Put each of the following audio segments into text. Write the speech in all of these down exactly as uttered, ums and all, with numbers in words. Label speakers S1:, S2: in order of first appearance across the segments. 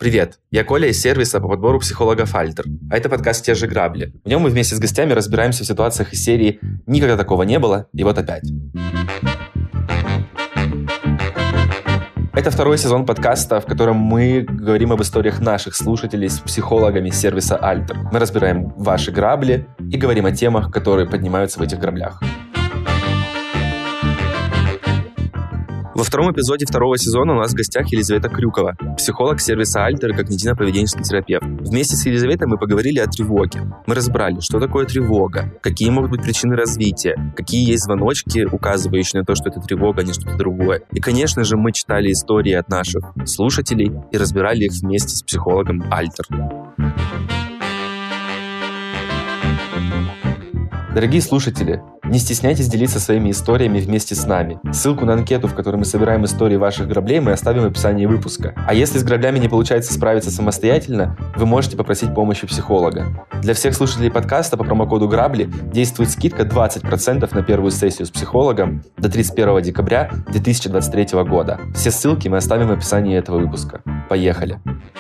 S1: Привет, я Коля из сервиса по подбору психологов Альтер, а это подкаст «Те же грабли». В нем мы вместе с гостями разбираемся в ситуациях из серии «Никогда такого не было, и вот опять». Это второй сезон подкаста, в котором мы говорим об историях наших слушателей с психологами сервиса Альтер. Мы разбираем ваши грабли и говорим о темах, которые поднимаются в этих граблях. Во втором эпизоде второго сезона у нас в гостях Елизавета Крюкова, психолог сервиса Альтер и когнитивно-поведенческий терапевт. Вместе с Елизаветой мы поговорили о тревоге. Мы разобрали, что такое тревога, какие могут быть причины развития, какие есть звоночки, указывающие на то, что это тревога, а не что-то другое. И, конечно же, мы читали истории от наших слушателей и разбирали их вместе с психологом Альтер. Дорогие слушатели, не стесняйтесь делиться своими историями вместе с нами. Ссылку на анкету, в которой мы собираем истории ваших граблей, мы оставим в описании выпуска. А если с граблями не получается справиться самостоятельно, вы можете попросить помощи психолога. Для всех слушателей подкаста по промокоду «Грабли» действует скидка двадцать процентов на первую сессию с психологом до тридцать первого декабря две тысячи двадцать третьего года. Все ссылки мы оставим в описании этого выпуска. Поехали!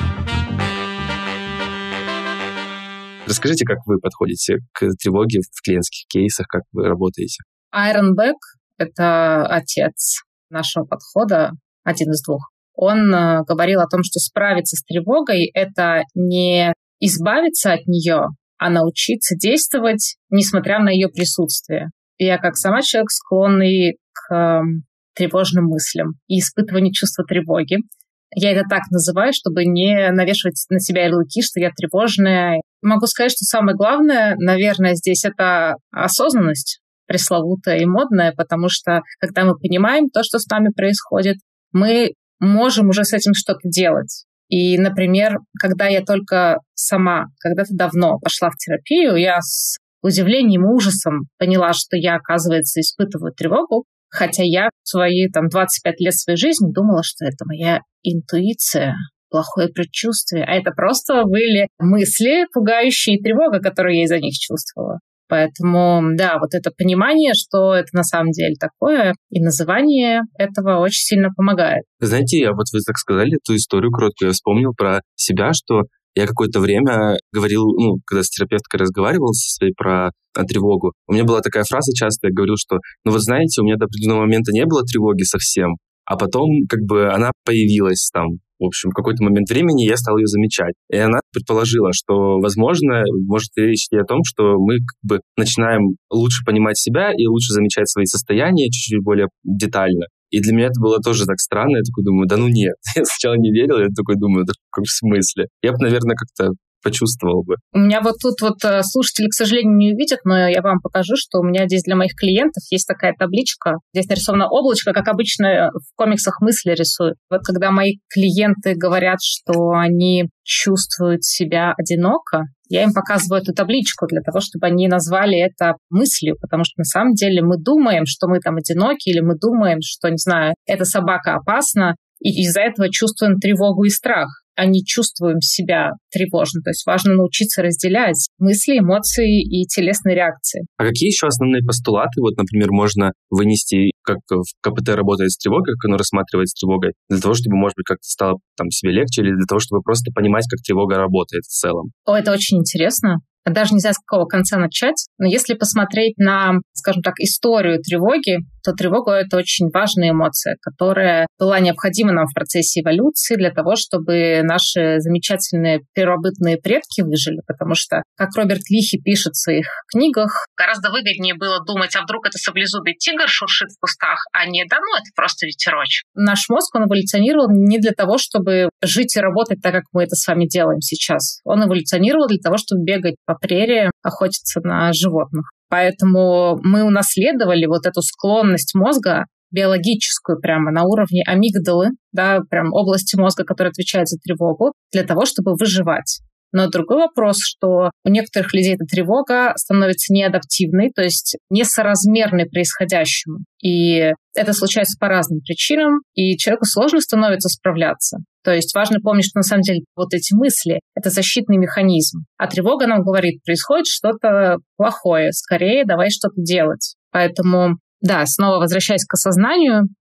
S1: Расскажите, как вы подходите к тревоге в клиентских кейсах, как вы работаете?
S2: Айрон Бек — это отец нашего подхода, один из двух. Он э, говорил о том, что справиться с тревогой — это не избавиться от нее, а научиться действовать, несмотря на ее присутствие. И я, как сама человек, склонный к э, тревожным мыслям и испытыванию чувства тревоги. Я это так называю, чтобы не навешивать на себя ярлыки, что я тревожная. Могу сказать, что самое главное, наверное, здесь это осознанность пресловутая и модная, потому что когда мы понимаем то, что с нами происходит, мы можем уже с этим что-то делать. И, например, когда я только сама, когда-то давно пошла в терапию, я с удивлением и ужасом поняла, что я, оказывается, испытываю тревогу, хотя я в свои там, двадцать пять лет своей жизни думала, что это моя интуиция, плохое предчувствие. А это просто были мысли, пугающие, и тревога, которую я из-за них чувствовала. Поэтому, да, вот это понимание, что это на самом деле такое, и называние этого очень сильно помогает.
S1: Знаете, вот вы так сказали эту историю короткую, я вспомнил про себя, что я какое-то время говорил, ну, когда с терапевткой разговаривал со своей про а, тревогу, у меня была такая фраза часто, я говорил, что, ну вот знаете, у меня до определенного момента не было тревоги совсем, а потом как бы она появилась там, в общем, в какой-то момент времени я стал ее замечать. И она предположила, что, возможно, может речь идти о том, что мы как бы начинаем лучше понимать себя и лучше замечать свои состояния чуть-чуть более детально. И для меня это было тоже так странно. Я такой думаю, да ну нет. Я сначала не верил, я такой думаю, да в смысле? Я бы, наверное, как-то почувствовал бы.
S2: У меня вот тут вот слушатели, к сожалению, не увидят, но я вам покажу, что у меня здесь для моих клиентов есть такая табличка. Здесь нарисовано облачко, как обычно в комиксах мысли рисуют. Вот когда мои клиенты говорят, что они чувствуют себя одиноко, я им показываю эту табличку для того, чтобы они назвали это мыслью, потому что на самом деле мы думаем, что мы там одиноки, или мы думаем, что, не знаю, эта собака опасна, и из-за этого чувствуем тревогу и страх, а не чувствуем себя тревожно. То есть важно научиться разделять мысли, эмоции и телесные реакции.
S1: А какие еще основные постулаты, вот, например, можно вынести, как в КПТ работает с тревогой, как оно рассматривает с тревогой, для того, чтобы, может быть, как-то стало там себе легче, или для того, чтобы просто понимать, как тревога работает в целом?
S2: О, это очень интересно. Даже не знаю, с какого конца начать, но если посмотреть на, скажем так, историю тревоги, то тревога — это очень важная эмоция, которая была необходима нам в процессе эволюции для того, чтобы наши замечательные первобытные предки выжили, потому что, как Роберт Лихи пишет в своих книгах, гораздо выгоднее было думать, а вдруг это саблезубый тигр шуршит в кустах, а не, да ну, это просто ветерочек. Наш мозг, он эволюционировал не для того, чтобы жить и работать так, как мы это с вами делаем сейчас. Он эволюционировал для того, чтобы бегать по прерии, охотиться на животных. Поэтому мы унаследовали вот эту склонность мозга, биологическую прямо на уровне амигдалы, да, прям области мозга, которая отвечает за тревогу, для того, чтобы выживать. Но другой вопрос, что у некоторых людей эта тревога становится неадаптивной, то есть несоразмерной происходящему. И это случается по разным причинам, и человеку сложно становится справляться. То есть важно помнить, что на самом деле вот эти мысли — это защитный механизм. А тревога нам говорит, происходит что-то плохое, скорее давай что-то делать. Поэтому, да, снова возвращаясь к осознанию,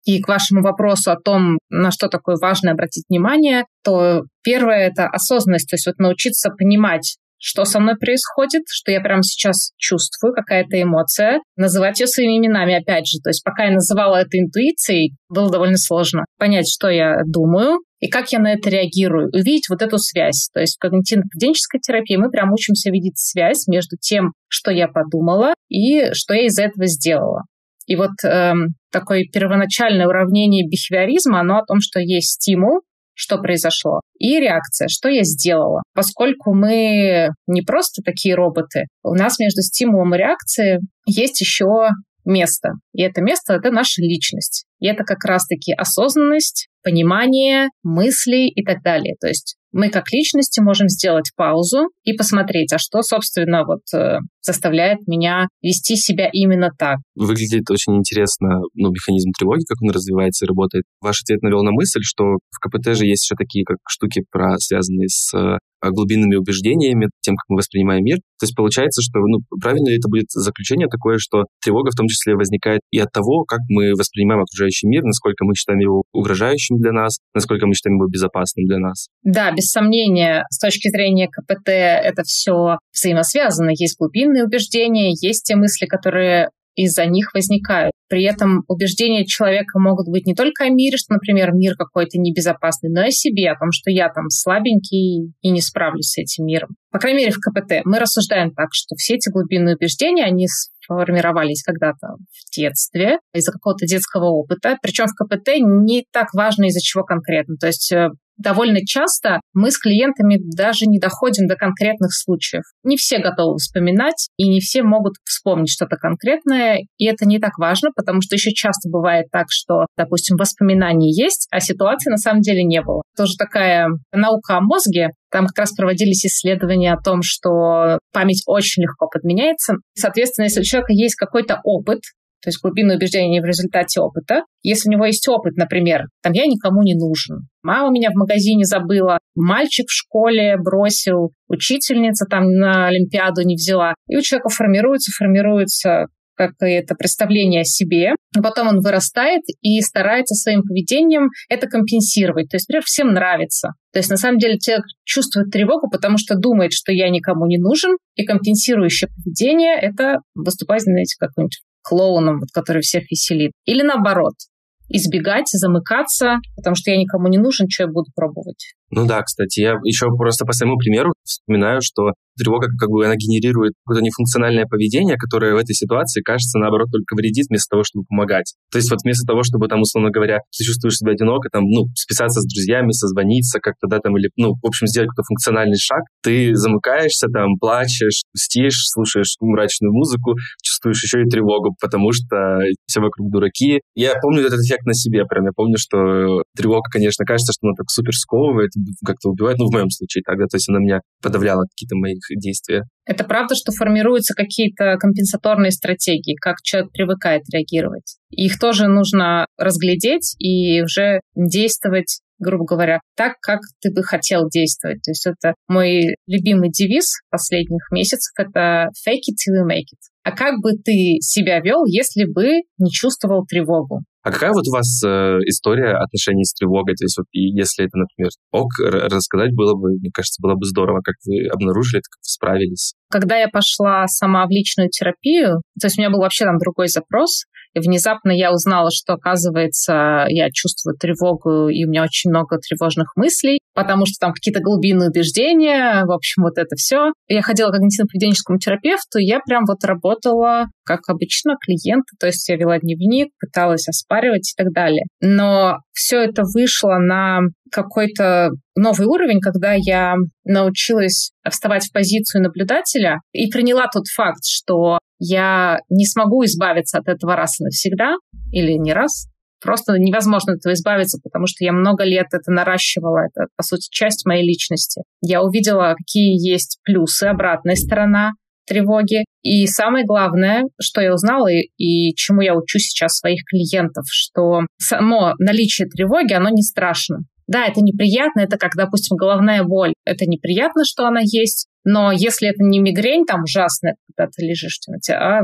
S2: И к вашему вопросу о том, на что такое важно обратить внимание, то первое — это осознанность, то есть вот научиться понимать, что со мной происходит, что я прямо сейчас чувствую, какая-то эмоция, называть ее своими именами, опять же. То есть пока я называла это интуицией, было довольно сложно понять, что я думаю и как я на это реагирую, увидеть вот эту связь. То есть в когнитивно-поведенческой терапии мы прям учимся видеть связь между тем, что я подумала, и что я из-за этого сделала. И вот эм, такое первоначальное уравнение бихевиоризма, оно о том, что есть стимул, что произошло, и реакция, что я сделала. Поскольку мы не просто такие роботы, у нас между стимулом и реакцией есть еще место. И это место — это наша личность. И это как раз-таки осознанность, понимание, мысли и так далее. То есть мы как личности можем сделать паузу и посмотреть, а что, собственно, вот э, заставляет меня вести себя именно так.
S1: Выглядит очень интересно, ну, механизм тревоги, как он развивается и работает. Ваш ответ навел на мысль, что в ка пэ тэ же есть еще такие как штуки, про, связанные с э, глубинными убеждениями, тем, как мы воспринимаем мир. То есть получается, что, ну, правильно ли это будет заключение такое, что тревога в том числе возникает и от того, как мы воспринимаем окружающий мир, насколько мы считаем его угрожающим для нас, насколько мы считаем его безопасным для нас.
S2: Да, без сомнения, с точки зрения ка пэ тэ это все взаимосвязано. Есть глубинные убеждения, есть те мысли, которые из-за них возникают. При этом убеждения человека могут быть не только о мире, что, например, мир какой-то небезопасный, но и о себе, о том, что я там слабенький и не справлюсь с этим миром. По крайней мере, в ка пэ тэ мы рассуждаем так, что все эти глубинные убеждения, они сформировались когда-то в детстве из-за какого-то детского опыта. Причем в ка пэ тэ не так важно, из-за чего конкретно. То есть довольно часто мы с клиентами даже не доходим до конкретных случаев. Не все готовы вспоминать, и не все могут вспомнить что-то конкретное, и это не так важно, потому что еще часто бывает так, что, допустим, воспоминания есть, а ситуации на самом деле не было. Тоже такая наука о мозге. Там как раз проводились исследования о том, что память очень легко подменяется. Соответственно, если у человека есть какой-то опыт, то есть глубинные убеждения в результате опыта. Если у него есть опыт, например, там я никому не нужен, мама меня в магазине забыла, мальчик в школе бросил, учительница там на олимпиаду не взяла, и у человека формируется, формируется какое-то представление о себе, а потом он вырастает и старается своим поведением это компенсировать. То есть, например, всем нравится. То есть, на самом деле, человек чувствует тревогу, потому что думает, что я никому не нужен, и компенсирующее поведение — это выступать, знаете, какой-нибудь клоуном, вот, который всех веселит. Или наоборот, избегать, замыкаться, потому что я никому не нужен, что я буду пробовать.
S1: Ну да, кстати, я еще просто по своему примеру вспоминаю, что тревога, как бы, она генерирует какое-то нефункциональное поведение, которое в этой ситуации, кажется, наоборот, только вредит вместо того, чтобы помогать. То есть вот вместо того, чтобы, там, условно говоря, ты чувствуешь себя одиноко, там, ну, списаться с друзьями, созвониться как-то, да, там, или, ну, в общем, сделать какой-то функциональный шаг, ты замыкаешься, там, плачешь, грустишь, слушаешь мрачную музыку, чувствуешь еще и тревогу, потому что все вокруг дураки. Я помню этот эффект на себе прям. Я помню, что тревога, конечно, кажется, что она так супер сковывает, как-то убивает, ну, в моем случае тогда, то есть она меня подавляла какие-то мои действия.
S2: Это правда, что формируются какие-то компенсаторные стратегии, как человек привыкает реагировать. Их тоже нужно разглядеть и уже действовать, грубо говоря, так, как ты бы хотел действовать. То есть это мой любимый девиз последних месяцев — это fake it till you make it. А как бы ты себя вел, если бы не чувствовал тревогу?
S1: А какая вот у вас э, история отношений с тревогой? То есть вот и если это, например, ок, рассказать было бы, мне кажется, было бы здорово, как вы обнаружили это, как вы справились.
S2: Когда я пошла сама в личную терапию, то есть у меня был вообще там другой запрос, и внезапно я узнала, что, оказывается, я чувствую тревогу, и у меня очень много тревожных мыслей, потому что там какие-то глубинные убеждения, в общем, вот это все. Я ходила к когнитивно-поведенческому терапевту, и я прям вот работала, как обычно, клиент, то есть я вела дневник, пыталась оспаривать и так далее. Но все это вышло на какой-то новый уровень, когда я научилась вставать в позицию наблюдателя и приняла тот факт, что я не смогу избавиться от этого раз и навсегда, или не раз. Просто невозможно от этого избавиться, потому что я много лет это наращивала. Это, по сути, часть моей личности. Я увидела, какие есть плюсы, обратная сторона тревоги. И самое главное, что я узнала и, и чему я учу сейчас своих клиентов, что само наличие тревоги, оно не страшно. Да, это неприятно, это как, допустим, головная боль. Это неприятно, что она есть, но если это не мигрень там ужасная, когда ты лежишь в темноте, а ну,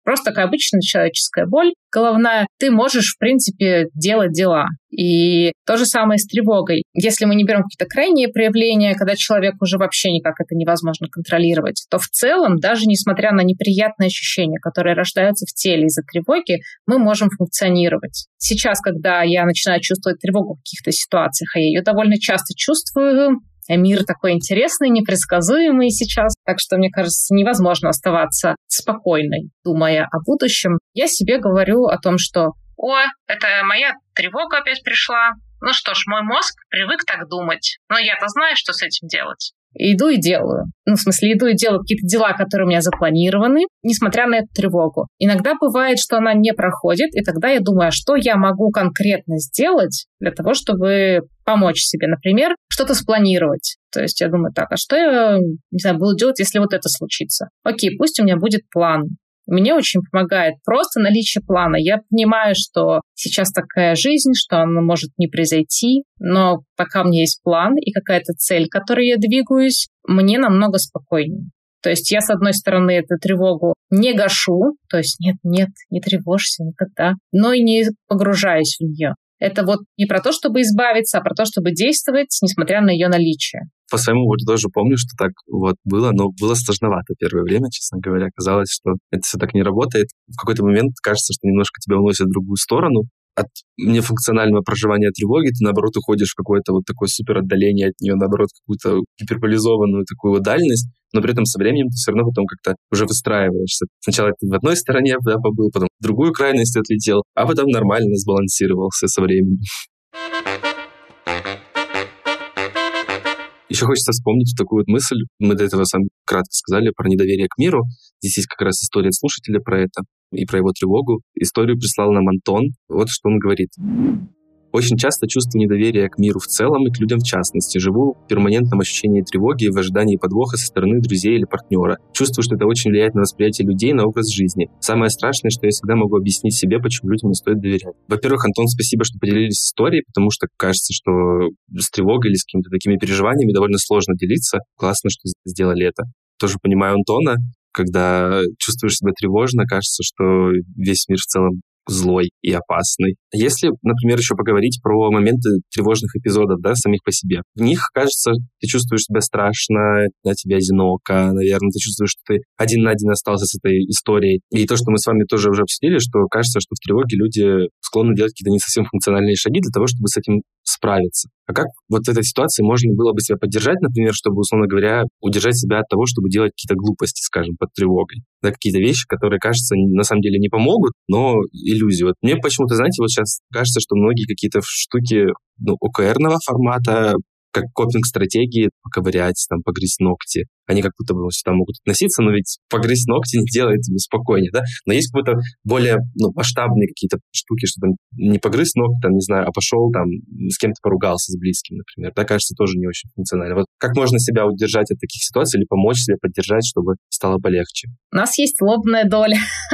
S2: просто такая обычная человеческая боль головная. Ты можешь, в принципе, делать дела. И то же самое с тревогой. Если мы не берем какие-то крайние проявления, когда человек уже вообще никак это невозможно контролировать, то в целом, даже несмотря на неприятные ощущения, которые рождаются в теле из-за тревоги, мы можем функционировать. Сейчас, когда я начинаю чувствовать тревогу в каких-то ситуациях, а я ее довольно часто чувствую, мир такой интересный, непредсказуемый сейчас, так что, мне кажется, невозможно оставаться спокойной, думая о будущем. Я себе говорю о том, что «О, это моя тревога опять пришла. Ну что ж, мой мозг привык так думать, но я-то знаю, что с этим делать». И иду и делаю. Ну, в смысле, иду и делаю какие-то дела, которые у меня запланированы, несмотря на эту тревогу. Иногда бывает, что она не проходит, и тогда я думаю, а что я могу конкретно сделать для того, чтобы помочь себе, например, что-то спланировать. То есть я думаю, так, а что я, не знаю, буду делать, если вот это случится? Окей, пусть у меня будет план. Мне очень помогает просто наличие плана. Я понимаю, что сейчас такая жизнь, что она может не произойти, но пока у меня есть план и какая-то цель, к которой я двигаюсь, мне намного спокойнее. То есть я, с одной стороны, эту тревогу не гашу, то есть нет-нет, не тревожься никогда, но и не погружаюсь в нее. Это вот не про то, чтобы избавиться, а про то, чтобы действовать, несмотря на ее наличие.
S1: По своему опыту тоже помню, что так вот было, но было сложновато первое время, честно говоря. Казалось, что это все так не работает. В какой-то момент кажется, что немножко тебя уносит в другую сторону. От нефункционального проживания тревоги ты, наоборот, уходишь в какое-то вот такое супер отдаление от нее, наоборот, какую-то гиперболизованную такую вот дальность, но при этом со временем ты все равно потом как-то уже выстраиваешься. Сначала ты в одной стороне да, побыл, потом в другую крайность отлетел, а потом нормально сбалансировался со временем. Еще хочется вспомнить такую вот мысль, мы до этого сами кратко сказали про недоверие к миру. Здесь есть как раз история слушателя про это и про его тревогу. Историю прислал нам Антон. Вот что он говорит. Очень часто чувствую недоверие к миру в целом и к людям в частности. Живу в перманентном ощущении тревоги и в ожидании подвоха со стороны друзей или партнера. Чувствую, что это очень влияет на восприятие людей, на образ жизни. Самое страшное, что я всегда могу объяснить себе, почему людям не стоит доверять. Во-первых, Антон, спасибо, что поделились историей, потому что кажется, что с тревогой или с какими-то такими переживаниями довольно сложно делиться. Классно, что сделали это. Тоже понимаю Антона. Когда чувствуешь себя тревожно, кажется, что весь мир в целом злой и опасный. Если, например, еще поговорить про моменты тревожных эпизодов, да, самих по себе. В них, кажется, ты чувствуешь себя страшно, на тебя одиноко, наверное, ты чувствуешь, что ты один на один остался с этой историей. И то, что мы с вами тоже уже обсудили, что кажется, что в тревоге люди склонны делать какие-то не совсем функциональные шаги для того, чтобы с этим справиться. А как вот в этой ситуации можно было бы себя поддержать, например, чтобы, условно говоря, удержать себя от того, чтобы делать какие-то глупости, скажем, под тревогой? Да, какие-то вещи, которые, кажется, на самом деле не помогут, но иллюзии. Вот мне почему-то, знаете, вот сейчас кажется, что многие какие-то штуки ну, о ка эр-ного формата, как копинг-стратегии, поковырять, там, погрызть ногти, они как будто бы сюда могут относиться, но ведь погрызть ногти не делает тебе спокойнее, да? Но есть какие-то более ну, масштабные какие-то штуки, что там не погрыз ногти, там, не знаю, а пошел там с кем-то поругался, с близким, например. Да, кажется, тоже не очень функционально. Вот как можно себя удержать от таких ситуаций или помочь себе поддержать, чтобы стало полегче?
S2: У нас есть лобная доля,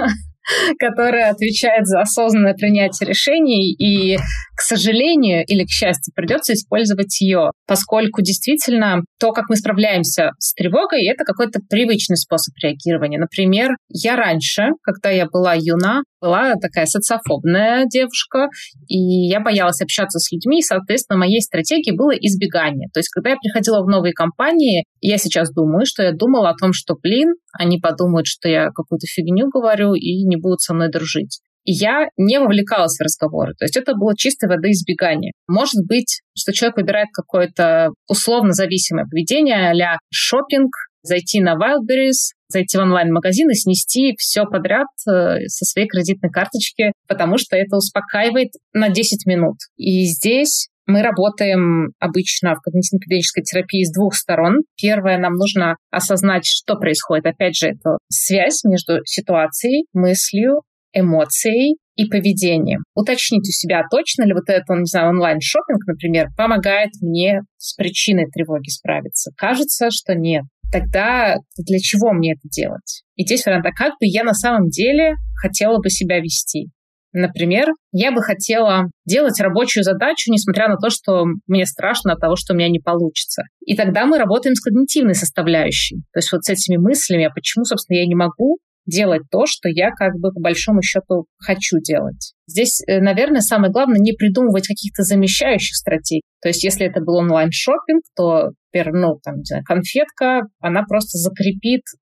S2: которая отвечает за осознанное принятие решений, и, к сожалению или к счастью, придется использовать ее, поскольку действительно то, как мы справляемся с тревогой, это какой-то привычный способ реагирования. Например, я раньше, когда я была юна, была такая социофобная девушка, и я боялась общаться с людьми, и, соответственно, моей стратегией было избегание. То есть, когда я приходила в новые компании, я сейчас думаю, что я думала о том, что, блин, они подумают, что я какую-то фигню говорю и не будут со мной дружить. И я не вовлекалась в разговоры. То есть это было чистой воды избегание. Может быть, что человек выбирает какое-то условно зависимое поведение а-ля шопинг, зайти на Wildberries, зайти в онлайн-магазин и снести все подряд со своей кредитной карточки, потому что это успокаивает на десять минут. И здесь мы работаем обычно в когнитивно-поведенческой терапии с двух сторон. Первое, нам нужно осознать, что происходит. Опять же, это связь между ситуацией, мыслью, эмоцией и поведением. Уточнить у себя, точно ли вот этот, не знаю, онлайн-шопинг, например, помогает мне с причиной тревоги справиться. Кажется, что нет. Тогда для чего мне это делать? И здесь вариант, а как бы я на самом деле хотела бы себя вести? Например, я бы хотела делать рабочую задачу, несмотря на то, что мне страшно от того, что у меня не получится. И тогда мы работаем с когнитивной составляющей. То есть вот с этими мыслями, а почему, собственно, я не могу, делать то, что я как бы по большому счету хочу делать. Здесь, наверное, самое главное не придумывать каких-то замещающих стратегий. То есть если это был онлайн-шоппинг, то, ну, там, не знаю, конфетка, она просто закрепит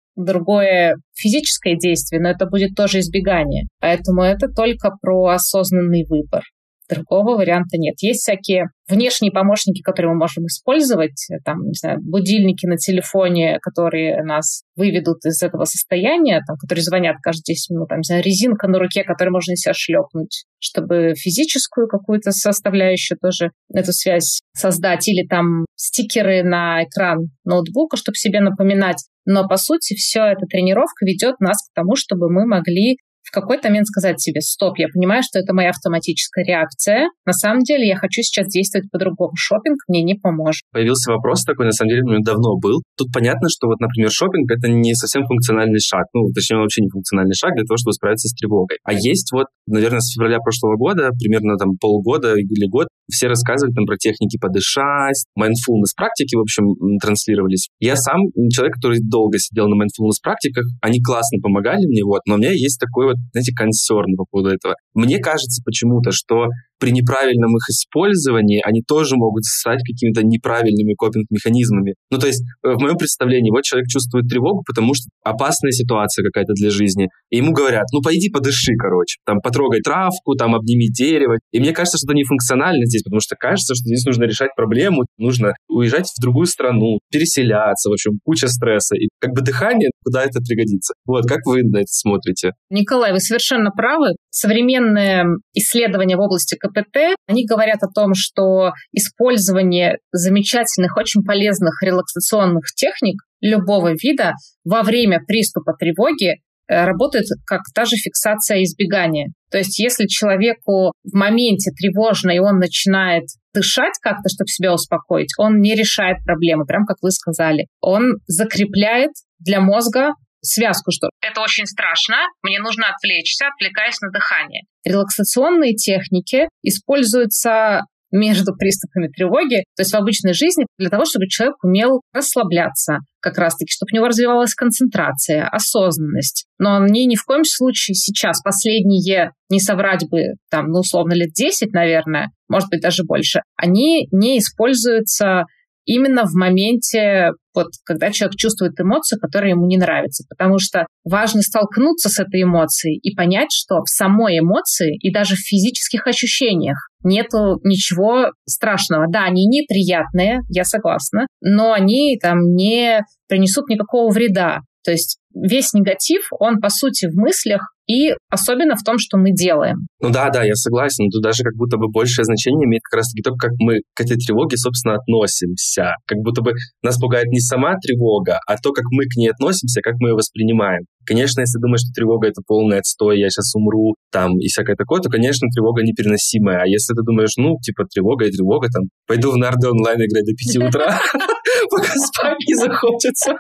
S2: другое физическое действие, но это будет тоже избегание. Поэтому это только про осознанный выбор. Другого варианта нет. Есть всякие внешние помощники, которые мы можем использовать, там, не знаю, будильники на телефоне, которые нас выведут из этого состояния, там, которые звонят каждые десять минут, там, не знаю, резинка на руке, которой можно на себя шлепнуть, чтобы физическую какую-то составляющую тоже эту связь создать, или там стикеры на экран ноутбука, чтобы себе напоминать. Но, по сути, все эта тренировка ведет нас к тому, чтобы мы могли в какой-то момент сказать себе: стоп, я понимаю, что это моя автоматическая реакция. На самом деле я хочу сейчас действовать по-другому. Шопинг мне не поможет.
S1: Появился вопрос такой, на самом деле, у меня давно был. Тут понятно, что вот, например, шопинг — это не совсем функциональный шаг. Ну, точнее, вообще не функциональный шаг для того, чтобы справиться с тревогой. А есть вот, наверное, с февраля прошлого года, примерно там полгода или год, все рассказывали там про техники подышать, mindfulness практики, в общем, транслировались. Я сам человек, который долго сидел на mindfulness практиках, они классно помогали мне, вот, но у меня есть такой вот, знаете, консерн по поводу этого. Мне кажется почему-то, что при неправильном их использовании они тоже могут стать какими-то неправильными копинг-механизмами. Ну, то есть, в моем представлении, вот человек чувствует тревогу, потому что опасная ситуация какая-то для жизни, и ему говорят: ну, пойди подыши, короче, там, потрогай травку, там, обними дерево. И мне кажется, что это нефункционально здесь, потому что кажется, что здесь нужно решать проблему, нужно уезжать в другую страну, переселяться, в общем, куча стресса. И как бы дыхание, куда это пригодится? Вот, как вы на это смотрите?
S2: Николай, вы совершенно правы. Современные исследования в области ка пэ тэ, они говорят о том, что использование замечательных, очень полезных релаксационных техник любого вида во время приступа тревоги работает как та же фиксация избегания. То есть если человеку в моменте тревожно, и он начинает дышать как-то, чтобы себя успокоить, он не решает проблемы, прям как вы сказали. Он закрепляет для мозга связку, что это очень страшно, мне нужно отвлечься, отвлекаясь на дыхание. Релаксационные техники используются между приступами тревоги, то есть в обычной жизни, для того, чтобы человек умел расслабляться, как раз-таки, чтобы у него развивалась концентрация, осознанность. Но они ни в коем случае сейчас, последние, не соврать бы, там, ну, условно, лет десять, наверное, может быть, даже больше, они не используются именно в моменте, вот, когда человек чувствует эмоцию, которая ему не нравится. Потому что важно столкнуться с этой эмоцией и понять, что в самой эмоции и даже в физических ощущениях нету ничего страшного. Да, они неприятные, я согласна, но они там не принесут никакого вреда. То есть весь негатив, он, по сути, в мыслях и особенно в том, что мы делаем.
S1: Ну да, да, я согласен. Тут даже как будто бы большее значение имеет как раз-таки то, как мы к этой тревоге, собственно, относимся. Как будто бы нас пугает не сама тревога, а то, как мы к ней относимся, как мы ее воспринимаем. Конечно, если думаешь, что тревога — это полный отстой, я сейчас умру, там, и всякое такое, то, конечно, тревога непереносимая. А если ты думаешь, ну, типа, тревога и тревога, там, пойду в нарды онлайн играть до пяти утра, пока спать не захочется.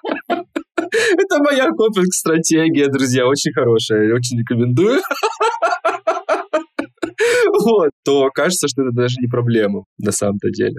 S1: Это моя копинг-стратегия, друзья, очень хорошая, очень рекомендую. Вот, то кажется, что это даже не проблема на самом-то деле.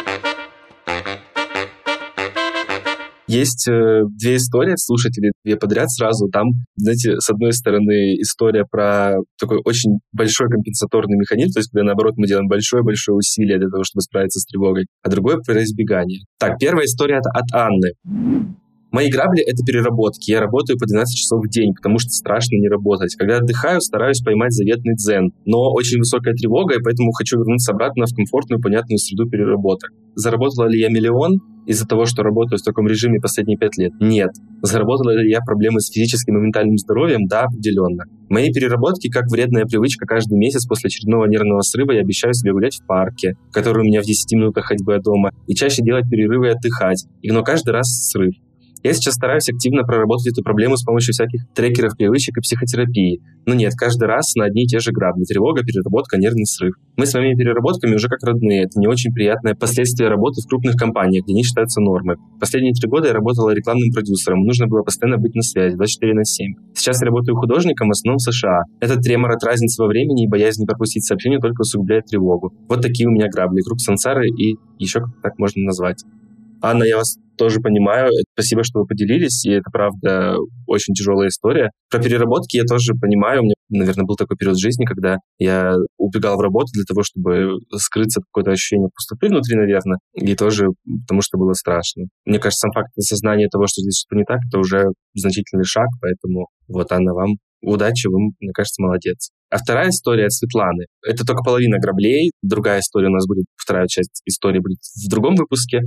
S1: Есть э, две истории от слушателей, две подряд сразу. Там, знаете, с одной стороны история про такой очень большой компенсаторный механизм, то есть когда, наоборот, мы делаем большое-большое усилие для того, чтобы справиться с тревогой, а другое про избегание. Так, первая история от, от Анны. Мои грабли — это переработки. Я работаю по двенадцать часов в день, потому что страшно не работать. Когда отдыхаю, стараюсь поймать заветный дзен. Но очень высокая тревога, и поэтому хочу вернуться обратно в комфортную, понятную среду переработок. Заработала ли я миллион из-за того, что работаю в таком режиме последние пять лет? Нет. Заработала ли я проблемы с физическим и ментальным здоровьем? Да, определенно. Мои переработки как вредная привычка. Каждый месяц после очередного нервного срыва я обещаю себе гулять в парке, который у меня в десяти минутах ходьбы от дома, и чаще делать перерывы и отдыхать. Но каждый раз срыв. Я сейчас стараюсь активно проработать эту проблему с помощью всяких трекеров привычек и психотерапии. Но нет, каждый раз на одни и те же грабли. Тревога, переработка, нервный срыв. Мы с моими переработками уже как родные. Это не очень приятное последствие работы в крупных компаниях, где они считаются нормой. Последние три года я работала рекламным продюсером. Нужно было постоянно быть на связи, двадцать четыре на семь. Сейчас я работаю художником, в основном в США. Этот тремор от разницы во времени и боязнь не пропустить сообщение только усугубляет тревогу. Вот такие у меня грабли. Круг сансары и еще как так можно назвать. Анна, я вас тоже понимаю. Спасибо, что вы поделились, и это, правда, очень тяжелая история. Про переработки я тоже понимаю. У меня, наверное, был такой период в жизни, когда я убегал в работу для того, чтобы скрыться от какое-то ощущение пустоты внутри, наверное, и тоже потому, что было страшно. Мне кажется, сам факт осознания того, что здесь что-то не так, это уже значительный шаг, поэтому вот, Анна, вам удачи, вы, мне кажется, молодец. А вторая история от Светланы. Это только половина граблей. Другая история у нас будет, вторая часть истории будет в другом выпуске.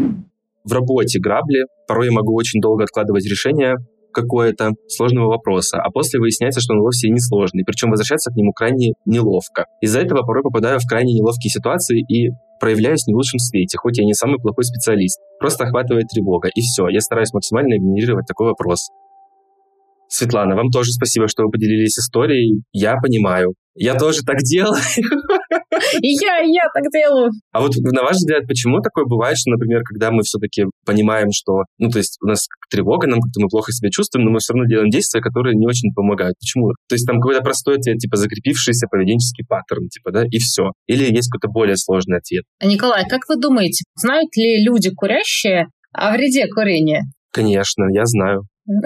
S1: В работе грабли. Порой я могу очень долго откладывать решение какое-то сложного вопроса, а после выясняется, что он вовсе и не сложный, причем возвращаться к нему крайне неловко. Из-за этого порой попадаю в крайне неловкие ситуации и проявляюсь не в лучшем свете, хоть я не самый плохой специалист. Просто охватывает тревога, и все. Я стараюсь максимально игнорировать такой вопрос. Светлана, вам тоже спасибо, что вы поделились историей. Я понимаю. Я тоже так делаю.
S2: И я, и я так делаю.
S1: А вот на ваш взгляд, почему такое бывает, что, например, когда мы все-таки понимаем, что, ну, то есть у нас тревога, нам как-то мы плохо себя чувствуем, но мы все равно делаем действия, которые не очень помогают. Почему? То есть там какой-то простой ответ, типа закрепившийся поведенческий паттерн, типа, да, и все. Или есть какой-то более сложный ответ?
S2: Николай, как вы думаете, знают ли люди курящие о вреде курения?
S1: Конечно, я знаю.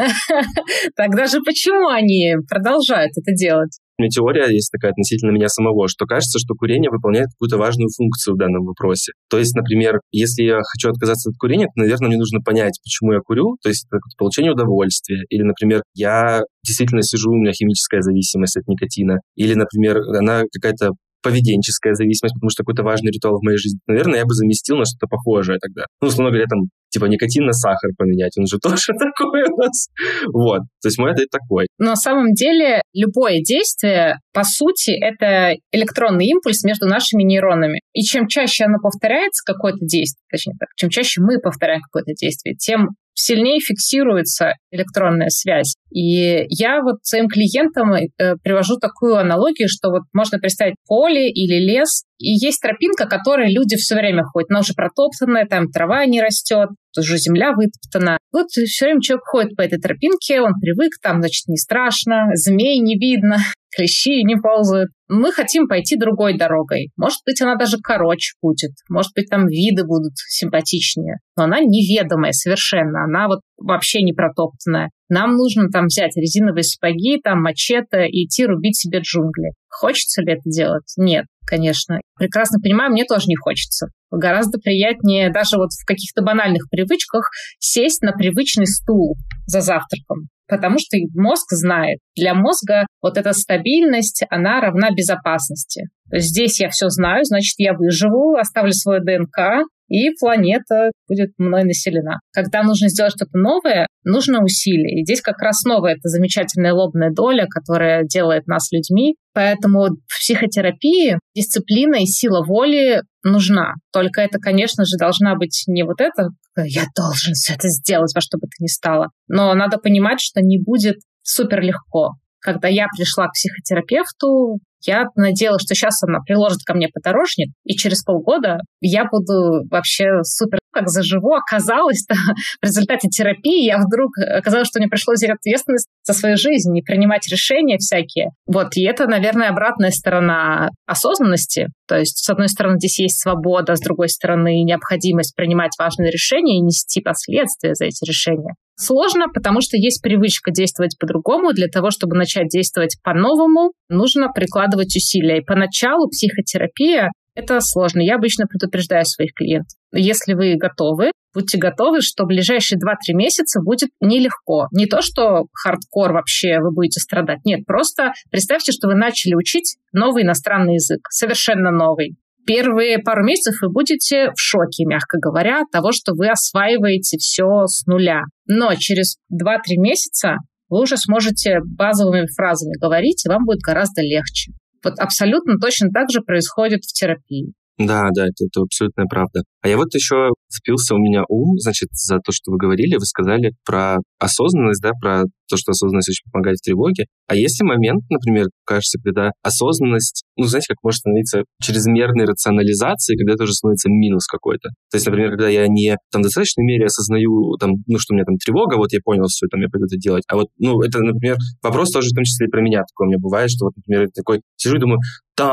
S2: Тогда же почему они продолжают это делать?
S1: У меня теория есть такая относительно меня самого, что кажется, что курение выполняет какую-то важную функцию в данном вопросе. То есть, например, если я хочу отказаться от курения, то, наверное, мне нужно понять, почему я курю, то есть это получение удовольствия. Или, например, я действительно сижу, у меня химическая зависимость от никотина. Или, например, она какая-то поведенческая зависимость, потому что какой-то важный ритуал в моей жизни. Наверное, я бы заместил на что-то похожее тогда. Ну, условно говоря, там, типа никотин на сахар поменять, он же тоже такой у нас. Вот, то есть мой ответ такой.
S2: Но на самом деле любое действие, по сути, это электронный импульс между нашими нейронами. И чем чаще оно повторяется, какое-то действие, точнее так, чем чаще мы повторяем какое-то действие, тем сильнее фиксируется электронная связь. И я вот своим клиентам э, привожу такую аналогию, что вот можно представить поле или лес, и есть тропинка, которой люди все время ходят. Она уже протоптанная, там трава не растет, уже земля вытоптана. Вот все время человек ходит по этой тропинке, он привык, там, значит, не страшно, змей не видно, клещи не ползают. Мы хотим пойти другой дорогой. Может быть, она даже короче будет. Может быть, там виды будут симпатичнее. Но она неведомая совершенно. Она вот вообще не протоптанная. Нам нужно там взять резиновые сапоги, там мачете и идти рубить себе джунгли. Хочется ли это делать? Нет, конечно. Прекрасно понимаю, мне тоже не хочется. Гораздо приятнее даже вот в каких-то банальных привычках сесть на привычный стул за завтраком. Потому что мозг знает. Для мозга вот эта стабильность, она равна безопасности. То есть здесь я все знаю, значит, я выживу, оставлю свою ДНК, и планета будет мной населена. Когда нужно сделать что-то новое, нужно усилие. И здесь как раз снова эта замечательная лобная доля, которая делает нас людьми. Поэтому в психотерапии дисциплина и сила воли нужна. Только это, конечно же, должна быть не вот это «я должен все это сделать, во что бы то ни стало». Но надо понимать, что не будет супер легко. Когда я пришла к психотерапевту, я надеялась, что сейчас она приложит ко мне подорожник, и через полгода я буду вообще супер как заживу. Оказалось-то в результате терапии я вдруг оказалось, что мне пришлось взять ответственность за свою жизнь и принимать решения всякие. Вот, и это, наверное, обратная сторона осознанности. То есть, с одной стороны, здесь есть свобода, с другой стороны, необходимость принимать важные решения и нести последствия за эти решения. Сложно, потому что есть привычка действовать по-другому. Для того, чтобы начать действовать по-новому, нужно прикладывать усилия. И поначалу психотерапия — это сложно. Я обычно предупреждаю своих клиентов. Если вы готовы, будьте готовы, что ближайшие два-три месяца будет нелегко. Не то, что хардкор вообще вы будете страдать. Нет, просто представьте, что вы начали учить новый иностранный язык, совершенно новый. Первые пару месяцев вы будете в шоке, мягко говоря, от того, что вы осваиваете все с нуля. Но через два-три месяца вы уже сможете базовыми фразами говорить, и вам будет гораздо легче. Вот абсолютно точно так же происходит в терапии.
S1: Да, да, это, это абсолютная правда. А я вот еще сбился у меня ум, значит, за то, что вы говорили, вы сказали про осознанность, да, про то, что осознанность очень помогает в тревоге. А есть ли момент, например, кажется, когда осознанность, ну, знаете, как может становиться чрезмерной рационализацией, когда это уже становится минус какой-то. То есть, например, когда я не там, в достаточной мере осознаю, там, ну, что у меня там тревога, вот я понял все, там, я пойду это делать. А вот, ну, это, например, вопрос тоже в том числе и про меня такой у меня бывает, что вот, например, я такой сижу и думаю, так,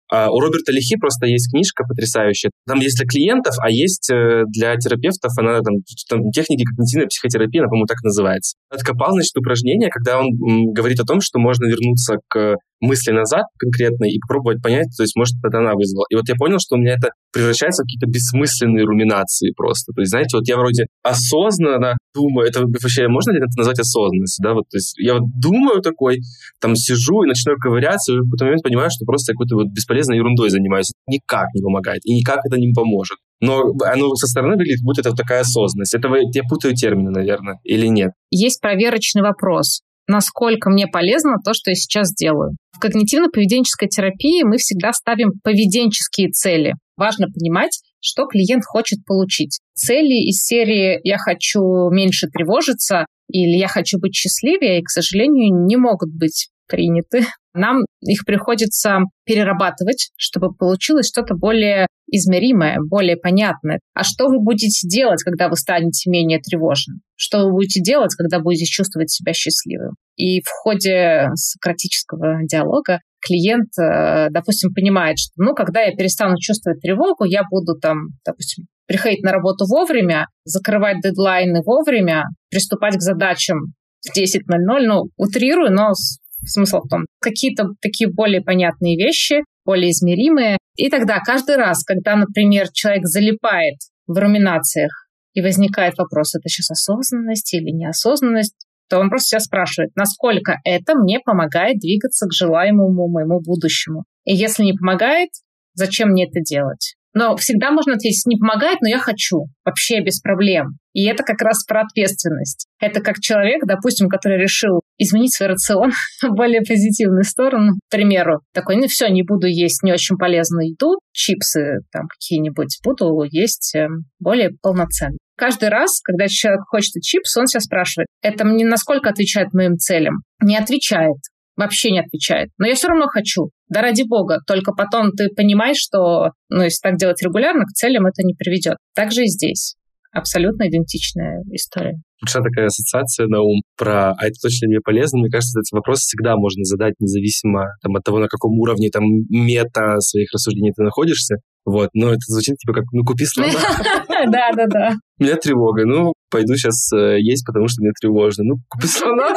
S1: А у Роберта Лихи просто есть книжка потрясающая. Там есть для клиентов, а есть для терапевтов. Она там, там техники когнитивной психотерапии, она, по-моему, так называется. Откопал, значит, упражнение, когда он м, говорит о том, что можно вернуться к мысли назад конкретно и попробовать понять, то есть, может, это она вызвала. И вот я понял, что у меня это превращается в какие-то бессмысленные руминации просто. То есть, знаете, вот я вроде осознанно думаю, это вообще можно ли это назвать осознанностью, да, вот, то есть я вот думаю такой, там сижу и начинаю ковыряться, и в какой-то момент понимаю, что просто я какой-то вот бесполезной ерундой занимаюсь. Никак не помогает, и никак это не поможет. Но оно со стороны выглядит, будто это такая осознанность. Это я путаю термины, наверное, или нет?
S2: Есть проверочный вопрос. Насколько мне полезно то, что я сейчас делаю. В когнитивно-поведенческой терапии мы всегда ставим поведенческие цели. Важно понимать, что клиент хочет получить. Цели из серии «я хочу меньше тревожиться» или «я хочу быть счастливее», к сожалению, не могут быть приняты. Нам их приходится перерабатывать, чтобы получилось что-то более измеримое, более понятное. А что вы будете делать, когда вы станете менее тревожным? Что вы будете делать, когда будете чувствовать себя счастливым? И в ходе сократического диалога клиент, допустим, понимает, что, ну, когда я перестану чувствовать тревогу, я буду там, допустим, приходить на работу вовремя, закрывать дедлайны вовремя, приступать к задачам в десять ноль ноль, ну, утрирую, но смысл в том, какие-то такие более понятные вещи, более измеримые. И тогда каждый раз, когда, например, человек залипает в руминациях и возникает вопрос, это сейчас осознанность или неосознанность, то он просто себя спрашивает, насколько это мне помогает двигаться к желаемому моему будущему. И если не помогает, зачем мне это делать? Но всегда можно ответить, не помогает, но я хочу. Вообще без проблем. И это как раз про ответственность. Это как человек, допустим, который решил изменить свой рацион в более позитивную сторону. К примеру, такой, ну все, не буду есть не очень полезную еду, чипсы там какие-нибудь, буду есть более полноценно. Каждый раз, когда человек хочет чипсы, он себя спрашивает, это мне насколько отвечает моим целям? Не отвечает. Вообще не отвечает. Но я все равно хочу. Да ради бога. Только потом ты понимаешь, что, ну, если так делать регулярно, к целям это не приведет. Так же и здесь. Абсолютно идентичная история.
S1: Пришла такая ассоциация на ум про «а это точно не полезно». Мне кажется, этот вопрос всегда можно задать, независимо там, от того, на каком уровне там мета своих рассуждений ты находишься. Вот. Но это звучит типа как «ну, купи слона».
S2: Да-да-да.
S1: У меня тревога. Ну, пойду сейчас есть, потому что мне тревожно. Ну, купи слона.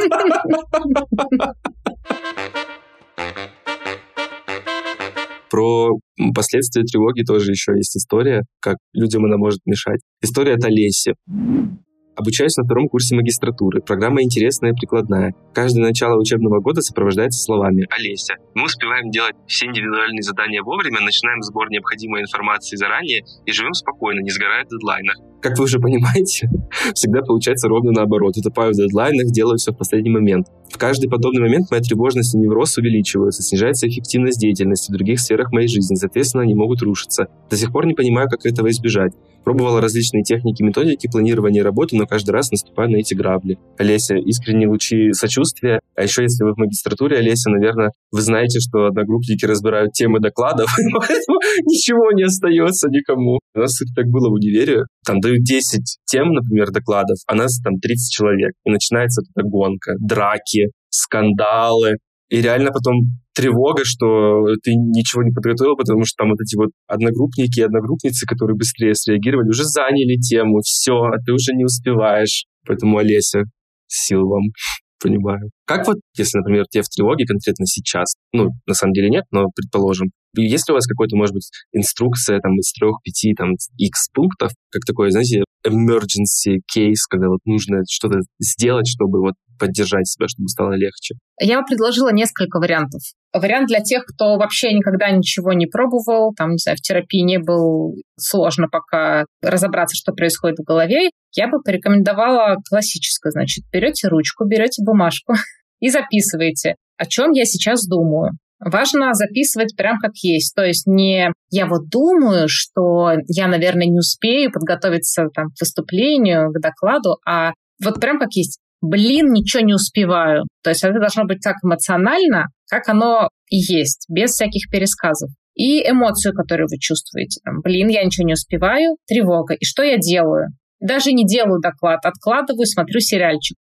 S1: Про последствия тревоги тоже еще есть история, как людям она может мешать. История от Олеси. Обучаюсь на втором курсе магистратуры. Программа интересная и прикладная. Каждое начало учебного года сопровождается словами «Олеся, мы успеваем делать все индивидуальные задания вовремя, начинаем сбор необходимой информации заранее и живем спокойно, не сгорая в дедлайнах». Как вы уже понимаете, всегда получается ровно наоборот. Утопаю в дедлайнах, делаю все в последний момент. В каждый подобный момент моя тревожность и невроз увеличиваются, снижается эффективность деятельности в других сферах моей жизни, соответственно, они могут рушиться. До сих пор не понимаю, как этого избежать. Пробовала различные техники, методики планирования работы, но каждый раз наступаю на эти грабли. Олеся, искренние лучи сочувствия. А еще, если вы в магистратуре, Олеся, наверное, вы знаете, что одногруппники разбирают темы докладов, поэтому ничего не остается никому. У нас, кстати, так было в универе. Там дают десять тем, например, докладов, а нас там тридцать человек. И начинается эта гонка, драки, скандалы. И реально потом тревога, что ты ничего не подготовил, потому что там вот эти вот одногруппники и одногруппницы, которые быстрее среагировали, уже заняли тему, все, а ты уже не успеваешь. Поэтому, Олеся, сил вам, понимаю. Как вот, если, например, тебе в тревоге конкретно сейчас, ну, на самом деле нет, но предположим, есть ли у вас какой-то, может быть, инструкция там из трех-пяти, там, X пунктов, как такой, знаете, emergency case, когда вот нужно что-то сделать, чтобы вот поддержать себя, чтобы стало легче?
S2: Я бы предложила несколько вариантов. Вариант для тех, кто вообще никогда ничего не пробовал, там, не знаю, в терапии не был, сложно пока разобраться, что происходит в голове. Я бы порекомендовала классическое, значит, берете ручку, берете бумажку и записываете, о чем я сейчас думаю. Важно записывать прям как есть. То есть не я вот думаю, что я, наверное, не успею подготовиться там, к выступлению, к докладу, а вот прям как есть. Блин, ничего не успеваю. То есть это должно быть так эмоционально, как оно и есть, без всяких пересказов. И эмоцию, которую вы чувствуете. Там, блин, я ничего не успеваю, тревога. И что я делаю? Даже не делаю доклад, откладываю, смотрю сериальчик.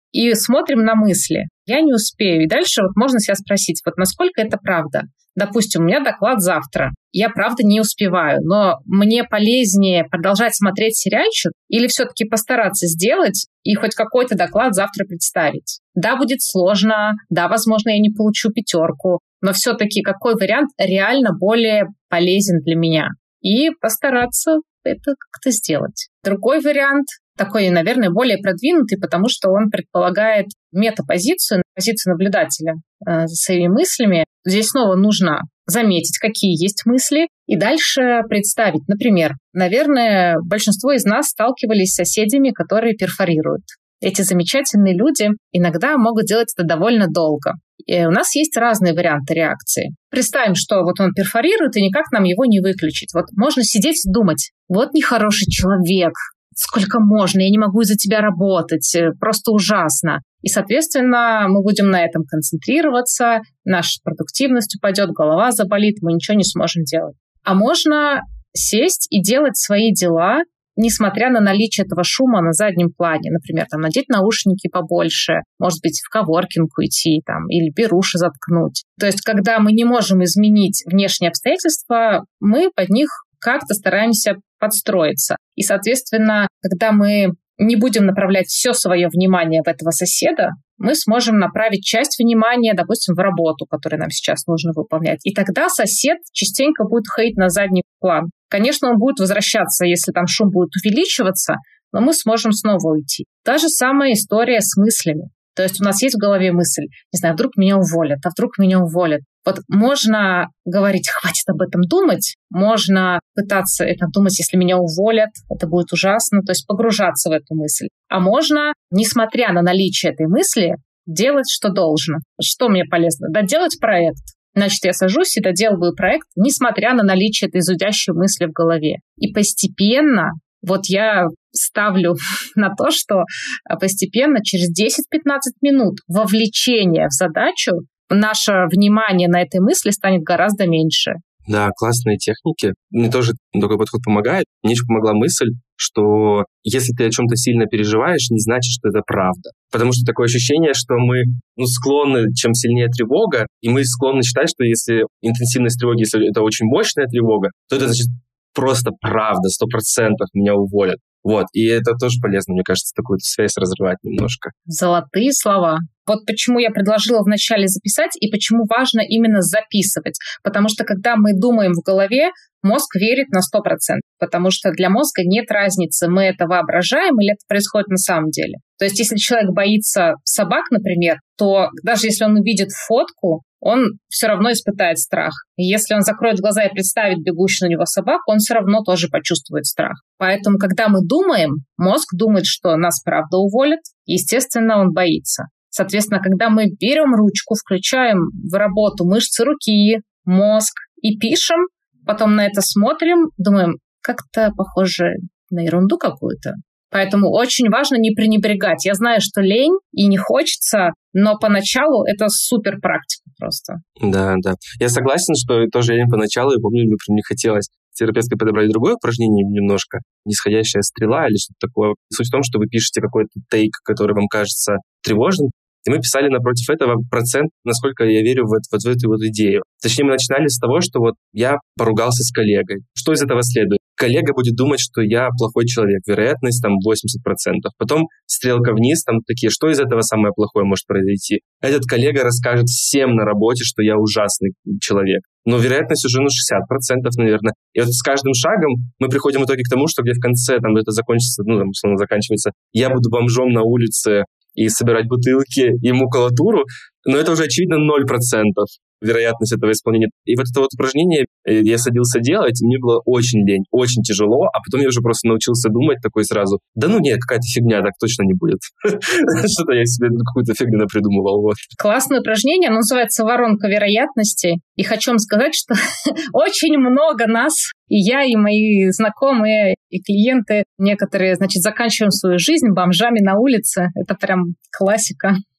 S2: и смотрим на мысли. Я не успею. И дальше вот можно себя спросить, вот насколько это правда. Допустим, у меня доклад завтра. Я, правда, не успеваю, но мне полезнее продолжать смотреть сериальчик или все-таки постараться сделать и хоть какой-то доклад завтра представить. Да, будет сложно, да, возможно, я не получу пятерку, но все-таки какой вариант реально более полезен для меня? И постараться это как-то сделать. Другой вариант, такой, наверное, более продвинутый, потому что он предполагает метапозицию, позицию наблюдателя э, за своими мыслями. Здесь снова нужно заметить, какие есть мысли, и дальше представить. Например, наверное, большинство из нас сталкивались с соседями, которые перфорируют. Эти замечательные люди иногда могут делать это довольно долго. И у нас есть разные варианты реакции. Представим, что вот он перфорирует, и никак нам его не выключить. Вот можно сидеть и думать, вот нехороший человек, сколько можно, я не могу из-за тебя работать, просто ужасно. И, соответственно, мы будем на этом концентрироваться, наша продуктивность упадет, голова заболит, мы ничего не сможем делать. А можно сесть и делать свои дела, несмотря на наличие этого шума на заднем плане. Например, там, надеть наушники побольше, может быть, в коворкинг уйти там, или беруши заткнуть. То есть, когда мы не можем изменить внешние обстоятельства, мы под них как-то стараемся подстроиться. И, соответственно, когда мы не будем направлять все свое внимание в этого соседа, мы сможем направить часть внимания, допустим, в работу, которую нам сейчас нужно выполнять. И тогда сосед частенько будет ходить на задний план. Конечно, он будет возвращаться, если там шум будет увеличиваться, но мы сможем снова уйти. Та же самая история с мыслями. То есть у нас есть в голове мысль, не знаю, вдруг меня уволят, а вдруг меня уволят. Вот можно говорить, хватит об этом думать, можно пытаться это думать, если меня уволят, это будет ужасно, то есть погружаться в эту мысль. А можно, несмотря на наличие этой мысли, делать, что должно. Что мне полезно? Доделать проект. Значит, я сажусь и доделываю проект, несмотря на наличие этой зудящей мысли в голове. И постепенно, вот я ставлю на то, что постепенно через десять-пятнадцать минут вовлечения в задачу наше внимание на этой мысли станет гораздо меньше.
S1: Да, классные техники. Мне тоже такой подход помогает. Мне еще помогла мысль, что если ты о чем-то сильно переживаешь, не значит, что это правда. Потому что такое ощущение, что мы ну, склонны, чем сильнее тревога, и мы склонны считать, что если интенсивность тревоги, если это очень мощная тревога, то это значит просто правда, сто процентов меня уволят. Вот, и это тоже полезно, мне кажется, такую связь разрывать немножко.
S2: Золотые слова. Вот почему я предложила вначале записать, и почему важно именно записывать. Потому что когда мы думаем в голове, мозг верит на сто процентов. Потому что для мозга нет разницы, мы это воображаем или это происходит на самом деле. То есть если человек боится собак, например, то даже если он увидит фотку, он все равно испытает страх. И если он закроет глаза и представит бегущую на него собаку, он все равно тоже почувствует страх. Поэтому, когда мы думаем, мозг думает, что нас правда уволят, естественно, он боится. Соответственно, когда мы берем ручку, включаем в работу мышцы руки, мозг и пишем, потом на это смотрим, думаем, как-то похоже на ерунду какую-то. Поэтому очень важно не пренебрегать. Я знаю, что лень и не хочется, но поначалу это супер практика просто.
S1: Да, да. Я согласен, что тоже лень поначалу, я помню, мне прям не хотелось. Терапевты подобрали другое упражнение немножко, нисходящая стрела или что-то такое. Суть в том, что вы пишете какой-то тейк, который вам кажется тревожным, и мы писали напротив этого процент, насколько я верю в, вот в эту вот идею. Точнее, мы начинали с того, что вот я поругался с коллегой. Что из этого следует? Коллега будет думать, что я плохой человек. Вероятность там восемьдесят процентов. Потом стрелка вниз, там такие, что из этого самое плохое может произойти? Этот коллега расскажет всем на работе, что я ужасный человек. Но вероятность уже ну, шестьдесят процентов, наверное. И вот с каждым шагом мы приходим в итоге к тому, что где в конце там это закончится, ну, там, условно, заканчивается, я буду бомжом на улице и собирать бутылки и макулатуру, но это уже, очевидно, ноль процентов вероятность этого исполнения. И вот это вот упражнение я садился делать, и мне было очень лень, очень тяжело, а потом я уже просто научился думать такой сразу, да ну нет, какая-то фигня, так точно не будет. Что-то я себе какую-то фигню напридумывал. Вот.
S2: Классное упражнение, оно называется «Воронка вероятности». И хочу вам сказать, что очень много нас, и я, и мои знакомые, и клиенты, некоторые, значит, заканчиваем свою жизнь бомжами на улице. Это прям классика.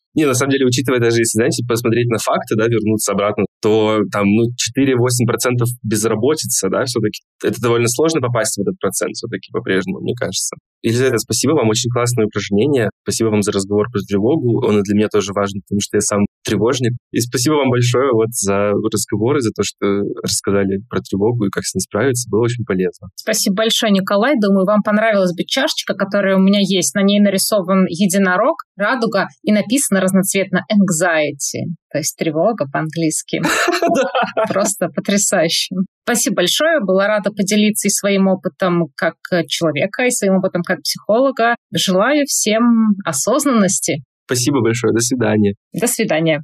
S1: Не, на самом деле, учитывая даже, если, знаете, посмотреть на факты, да, вернуться обратно, то там, ну, четыре-восемь процентов безработица, да, все-таки. Это довольно сложно попасть в этот процент все-таки по-прежнему, мне кажется. Елизавета, спасибо вам, очень классное упражнение. Спасибо вам за разговор про тревогу. Он и для меня тоже важен, потому что я сам тревожник. И спасибо вам большое вот за разговор и за то, что рассказали про тревогу и как с ней справиться. Было очень полезно.
S2: Спасибо большое, Николай. Думаю, вам понравилась бы чашечка, которая у меня есть. На ней нарисован единорог, радуга и написано разноцветно anxiety, то есть тревога по-английски. Просто потрясающе. Спасибо большое. Была рада поделиться и своим опытом как человека, и своим опытом как психолога. Желаю всем осознанности.
S1: Спасибо большое. До свидания.
S2: До свидания.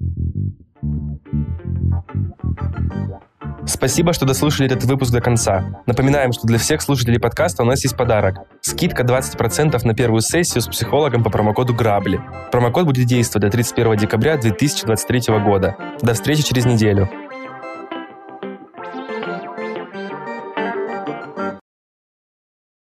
S3: Спасибо, что дослушали этот выпуск до конца. Напоминаем, что для всех слушателей подкаста у нас есть подарок. Скидка двадцать процентов на первую сессию с психологом по промокоду «Грабли». Промокод будет действовать до тридцать первого декабря две тысячи двадцать третьего года. До встречи через неделю.